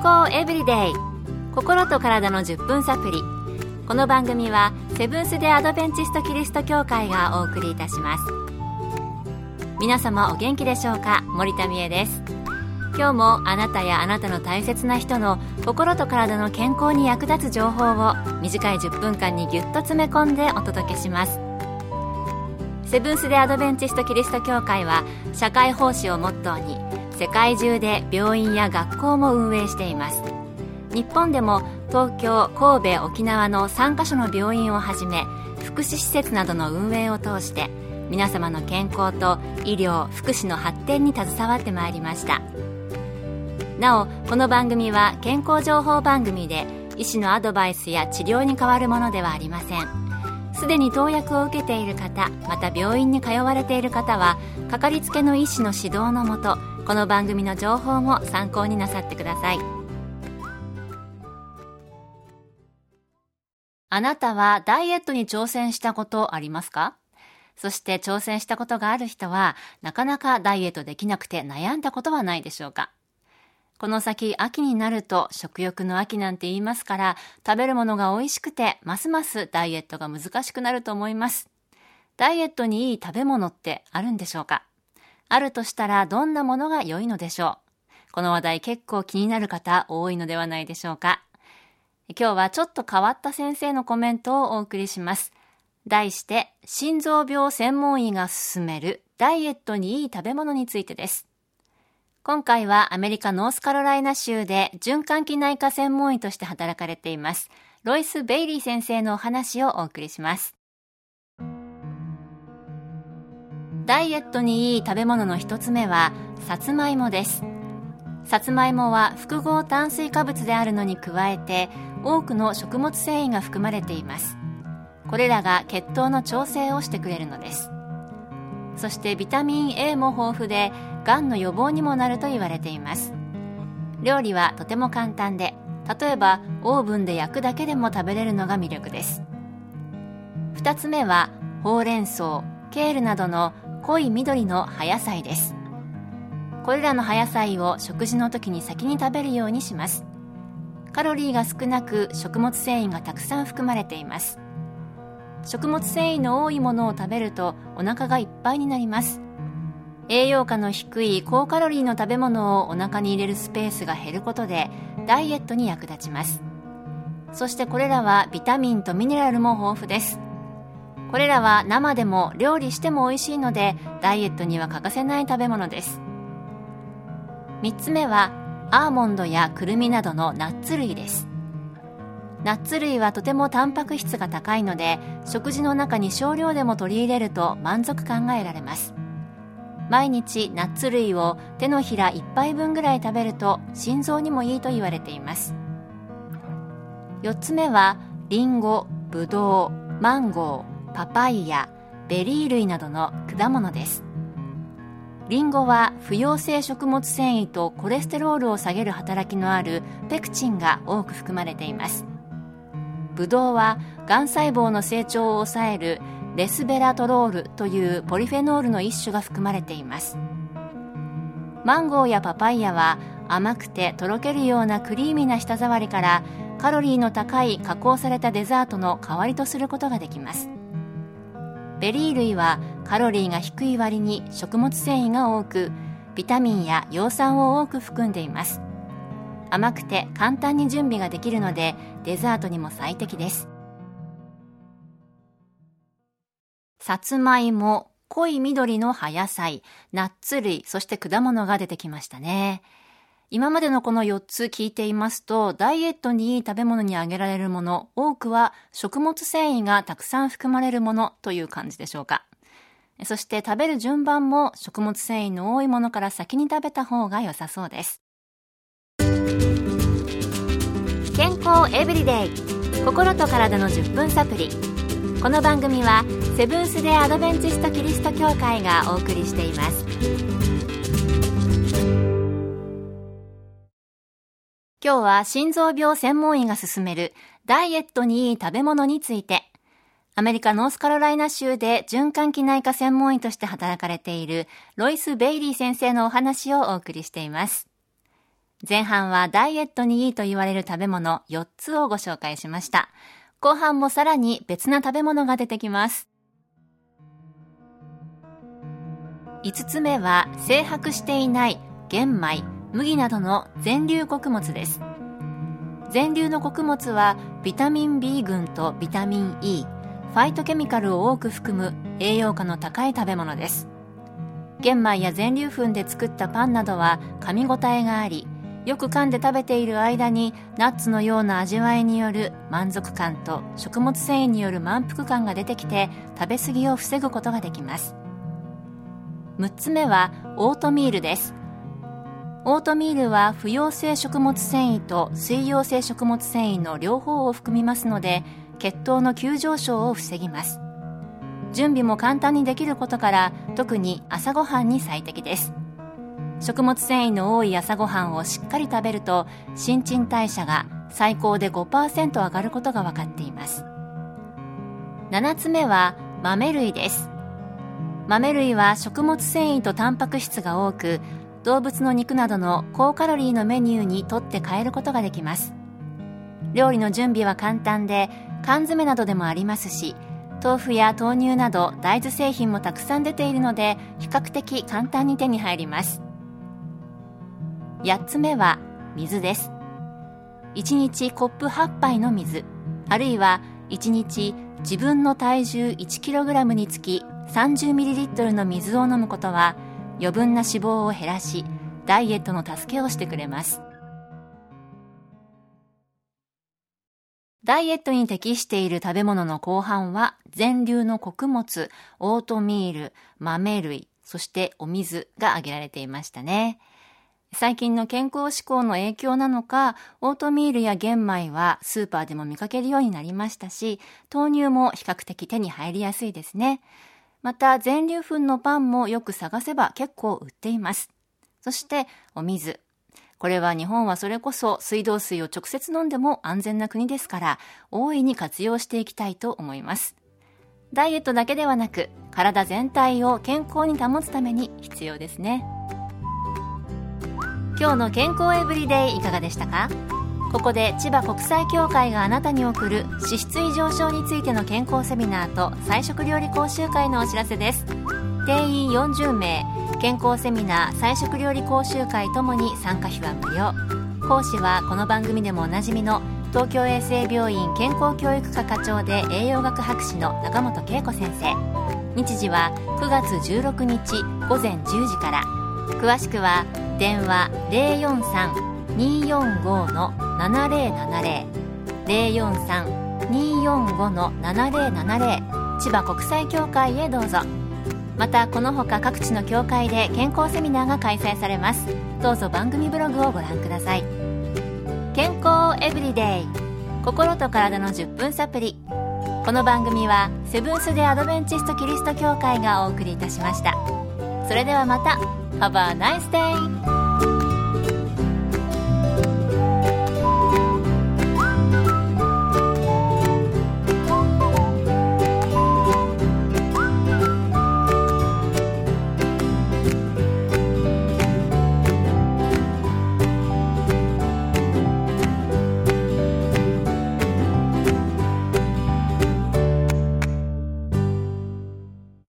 康エブリデイ、心と体の10分サプリ。この番組はセブンス・デ・アドベンチスト・キリスト教会がお送りいたします。皆様お元気でしょうか。森田美恵です。今日もあなたやあなたの大切な人の心と体の健康に役立つ情報を短い10分間にぎゅっと詰め込んでお届けします。セブンス・デ・アドベンチスト・キリスト教会は社会奉仕をモットーに世界中で病院や学校も運営しています。日本でも東京、神戸、沖縄の3カ所の病院をはじめ福祉施設などの運営を通して皆様の健康と医療・福祉の発展に携わってまいりました。なお、この番組は健康情報番組で医師のアドバイスや治療に代わるものではありません。すでに投薬を受けている方、また病院に通われている方はかかりつけの医師の指導のもと、この番組の情報も参考になさってください。あなたはダイエットに挑戦したことありますか？そして挑戦したことがある人はなかなかダイエットできなくて悩んだことはないでしょうか？この先秋になると食欲の秋なんて言いますから、食べるものが美味しくてますますダイエットが難しくなると思います。ダイエットにいい食べ物ってあるんでしょうか？あるとしたらどんなものが良いのでしょう？この話題結構気になる方多いのではないでしょうか？今日はちょっと変わった先生のコメントをお送りします。題して、心臓病専門医が勧めるダイエットにいい食べ物についてです。今回はアメリカノースカロライナ州で循環器内科専門医として働かれていますロイス・ベイリー先生のお話をお送りします。ダイエットにいい食べ物の一つ目はさつまいもです。さつまいもは複合炭水化物であるのに加えて多くの食物繊維が含まれています。これらが血糖の調整をしてくれるのです。そしてビタミン A も豊富でがんの予防にもなると言われています。料理はとても簡単で、例えばオーブンで焼くだけでも食べれるのが魅力です。2つ目はほうれん草、ケールなどの濃い緑の葉野菜です。これらの葉野菜を食事の時に先に食べるようにします。カロリーが少なく食物繊維がたくさん含まれています。食物繊維の多いものを食べるとお腹がいっぱいになります。栄養価の低い高カロリーの食べ物をお腹に入れるスペースが減ることでダイエットに役立ちます。そしてこれらはビタミンとミネラルも豊富です。これらは生でも料理しても美味しいのでダイエットには欠かせない食べ物です。3つ目はアーモンドやくるみなどのナッツ類です。ナッツ類はとてもタンパク質が高いので食事の中に少量でも取り入れると満足感が得られます。毎日ナッツ類を手のひら1杯分ぐらい食べると心臓にもいいと言われています。4つ目はリンゴ、ブドウ、マンゴー、パパイヤ、ベリー類などの果物です。リンゴは不溶性食物繊維とコレステロールを下げる働きのあるペクチンが多く含まれています。ブドウはがん細胞の成長を抑えるレスベラトロールというポリフェノールの一種が含まれています。マンゴーやパパイヤは甘くてとろけるようなクリーミーな舌触りからカロリーの高い加工されたデザートの代わりとすることができます。ベリー類はカロリーが低い割に食物繊維が多くビタミンや葉酸を多く含んでいます。甘くて簡単に準備ができるのでデザートにも最適です。さつまいも、濃い緑の葉野菜、ナッツ類、そして果物が出てきましたね。今までのこの4つ聞いていますと、ダイエットにいい食べ物に挙げられるもの、多くは食物繊維がたくさん含まれるものという感じでしょうか。そして食べる順番も食物繊維の多いものから先に食べた方が良さそうです。健康エブリデイ、心と体の10分サプリ。この番組はセブンス・デ・アドベンチスト・キリスト教会がお送りしています。今日は心臓病専門医が勧めるダイエットにいい食べ物について、アメリカノースカロライナ州で循環器内科専門医として働かれているロイス・ベイリー先生のお話をお送りしています。 前半はダイエットにいいと言われる食べ物4つをご紹介しました。後半もさらに別な食べ物が出てきます。5つ目は精白していない玄米、麦などの全粒穀物です。全粒の穀物はビタミン B 群とビタミン E、ファイトケミカルを多く含む栄養価の高い食べ物です。玄米や全粒粉で作ったパンなどは噛み応えがあり、よく噛んで食べている間にナッツのような味わいによる満足感と食物繊維による満腹感が出てきて、食べ過ぎを防ぐことができます。6つ目はオートミールです。オートミールは不溶性食物繊維と水溶性食物繊維の両方を含みますので、血糖の急上昇を防ぎます。準備も簡単にできることから、特に朝ごはんに最適です。食物繊維の多い朝ごはんをしっかり食べると、新陳代謝が最高で 5% 上がることが分かっています。7つ目は豆類です。豆類は食物繊維とタンパク質が多く、動物の肉などの高カロリーのメニューにとって変えることができます。料理の準備は簡単で、缶詰などでもありますし、豆腐や豆乳など大豆製品もたくさん出ているので、比較的簡単に手に入ります。8つ目は水です。1日コップ8杯の水、あるいは1日自分の体重 1kg につき 30ml の水を飲むことは、余分な脂肪を減らし、ダイエットの助けをしてくれます。ダイエットに適している食べ物の後半は、全粒の穀物、オートミール、豆類、そしてお水が挙げられていましたね。最近の健康志向の影響なのか、オートミールや玄米はスーパーでも見かけるようになりましたし、豆乳も比較的手に入りやすいですね。また全粒粉のパンもよく探せば結構売っています。そしてお水。これは日本はそれこそ水道水を直接飲んでも安全な国ですから、大いに活用していきたいと思います。ダイエットだけではなく、体全体を健康に保つために必要ですね。今日の健康エブリデイいかがでしたか？ここで千葉国際協会があなたに送る脂質異常症についての健康セミナーと菜食料理講習会のお知らせです。定員40名、健康セミナー、菜食料理講習会ともに参加費は無料。講師はこの番組でもおなじみの東京衛生病院健康教育科課長で栄養学博士の中本恵子先生。日時は9月16日午前10時から。詳しくは電話 043-245-7070 043-245-7070 千葉国際協会へどうぞ。またこのほか各地の協会で健康セミナーが開催されます。どうぞ番組ブログをご覧ください。健康エブリデイ、心と体の10分サプリ。この番組はセブンス・デ・アドベンチスト・キリスト教会がお送りいたしました。それではまた。Have a nice day!